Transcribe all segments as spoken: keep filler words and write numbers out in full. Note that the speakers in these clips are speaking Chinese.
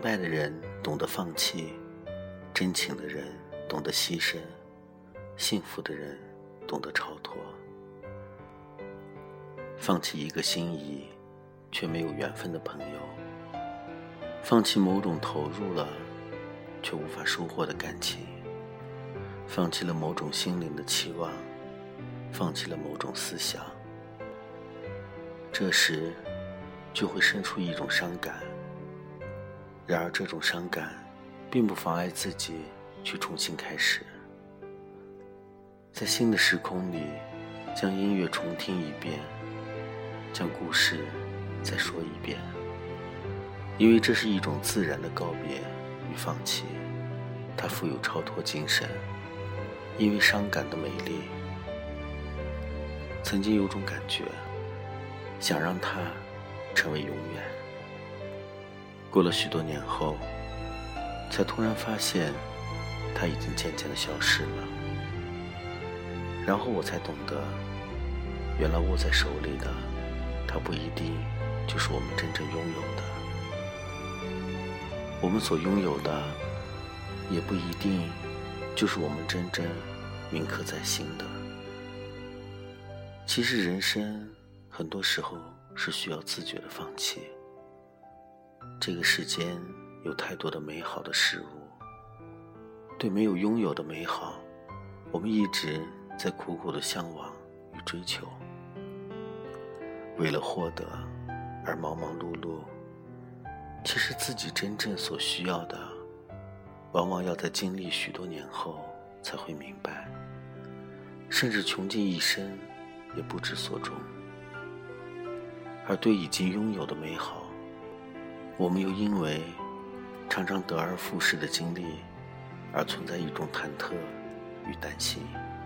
白的人懂得放弃，真情的人懂得牺牲，幸福的人懂得超脱。放弃一个心仪却没有缘分的朋友，放弃某种投入了却无法收获的感情，放弃了某种心灵的期望，放弃了某种思想，这时就会生出一种伤感。然而这种伤感并不妨碍自己去重新开始，在新的时空里将音乐重听一遍，将故事再说一遍，因为这是一种自然的告别与放弃，它富有超脱精神，因为伤感的美丽。曾经有种感觉，想让它成为永远。过了许多年后，才突然发现它已经渐渐地消失了。然后我才懂得，原来握在手里的，它不一定就是我们真正拥有的。我们所拥有的，也不一定就是我们真正铭刻在心的。其实人生很多时候是需要自觉的放弃。这个世间有太多的美好的事物，对没有拥有的美好，我们一直在苦苦的向往与追求，为了获得而忙忙碌碌。其实自己真正所需要的，往往要在经历许多年后才会明白，甚至穷尽一生也不知所终。而对已经拥有的美好，我们又因为常常得而复失的经历而存在一种忐忑与担心。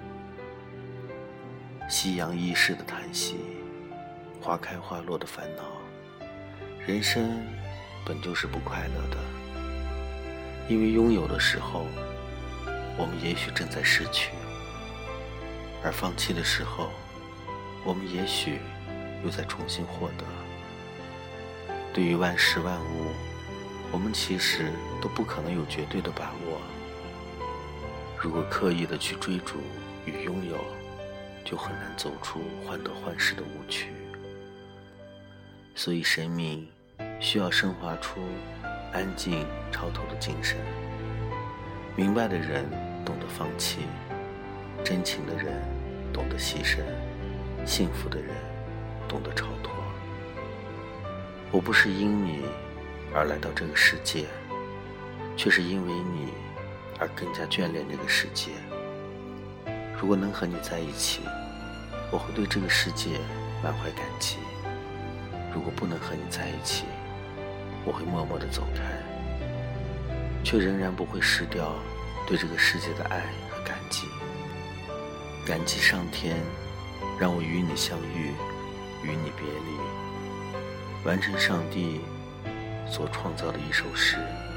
夕阳易逝的叹息，花开花落的烦恼，人生本就是不快乐的。因为拥有的时候，我们也许正在失去，而放弃的时候，我们也许又在重新获得。对于万事万物，我们其实都不可能有绝对的把握。如果刻意的去追逐与拥有，就很难走出患得患失的误区。所以生命需要升华出安静超脱的精神。明白的人懂得放弃，真情的人懂得牺牲，幸福的人懂得超脱。我不是因你而来到这个世界，却是因为你而更加眷恋这个世界。如果能和你在一起，我会对这个世界满怀感激；如果不能和你在一起，我会默默地走开，却仍然不会失掉对这个世界的爱和感激。感激上天让我与你相遇，与你别离，完成上帝所创造的一首诗。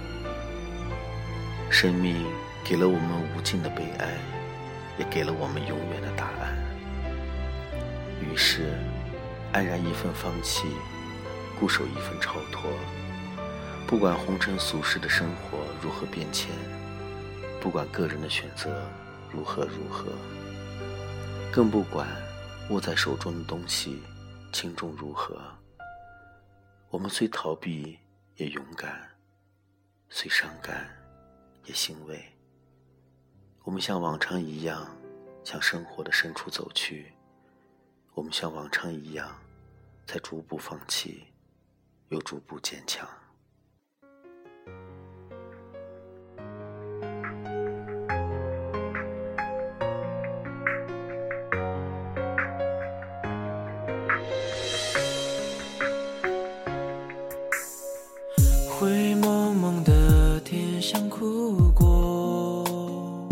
生命给了我们无尽的悲哀，也给了我们永远的答案。于是安然一份放弃，固守一份超脱。不管红尘俗世的生活如何变迁，不管个人的选择如何如何，更不管握在手中的东西轻重如何，我们虽逃避也勇敢，虽伤感也欣慰。我们像往常一样向生活的深处走去，我们像往常一样在逐步放弃，又逐步坚强。 灰蒙蒙的天像哭过，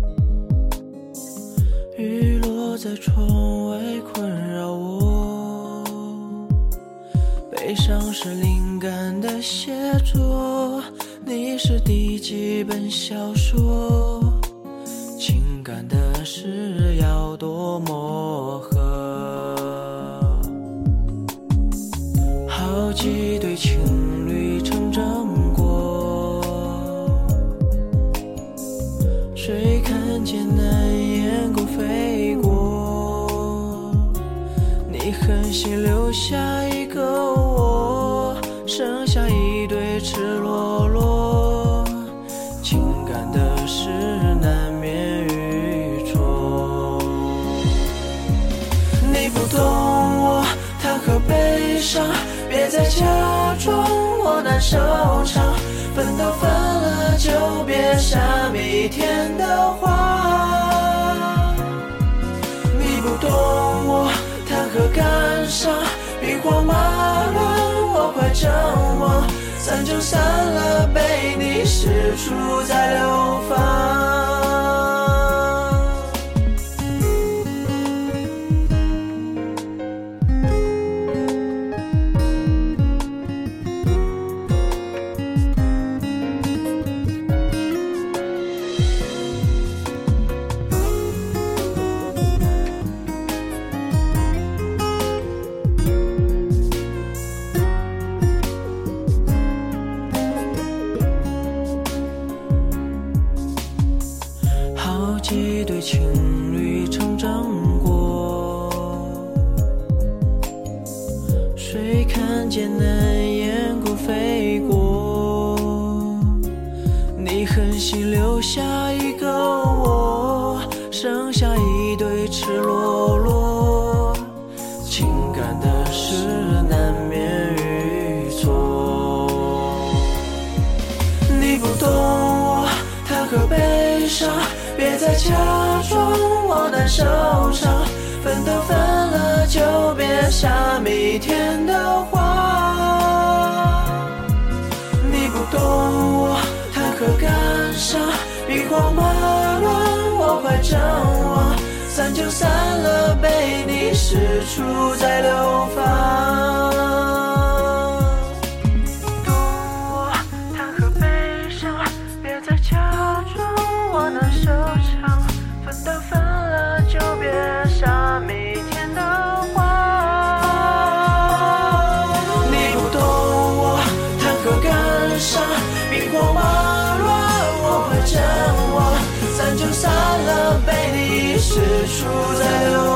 雨落在窗外困扰我，悲伤是灵感的写作，你是第几本小说，情感的事要多磨合，好几对情侣成正果， 心留下一个我，剩下一堆赤裸裸，情感的事难免愚拙。你不懂我贪和悲伤，别再假装我难收场，分都分了就别下弥天的话。你不懂我贪和感伤，兵荒马乱我快阵亡，散就散了，被你使出再流放。好几对情侣成长过，谁看见难言孤飞过？你狠心留下一个我，剩下一堆赤裸裸，情感的事难免愚错。你不懂我贪和悲伤，别再假装我难收场，分都分了就别下弥天的话。你不懂我贪和感伤，兵荒马乱我快阵亡，散就散了，被你使出再流放。懂我贪和悲伤，别再假装我难收场，分都分了就别下弥天的话。你不懂我贪和感伤，兵荒马乱我快阵亡，散就散了，被你使出再流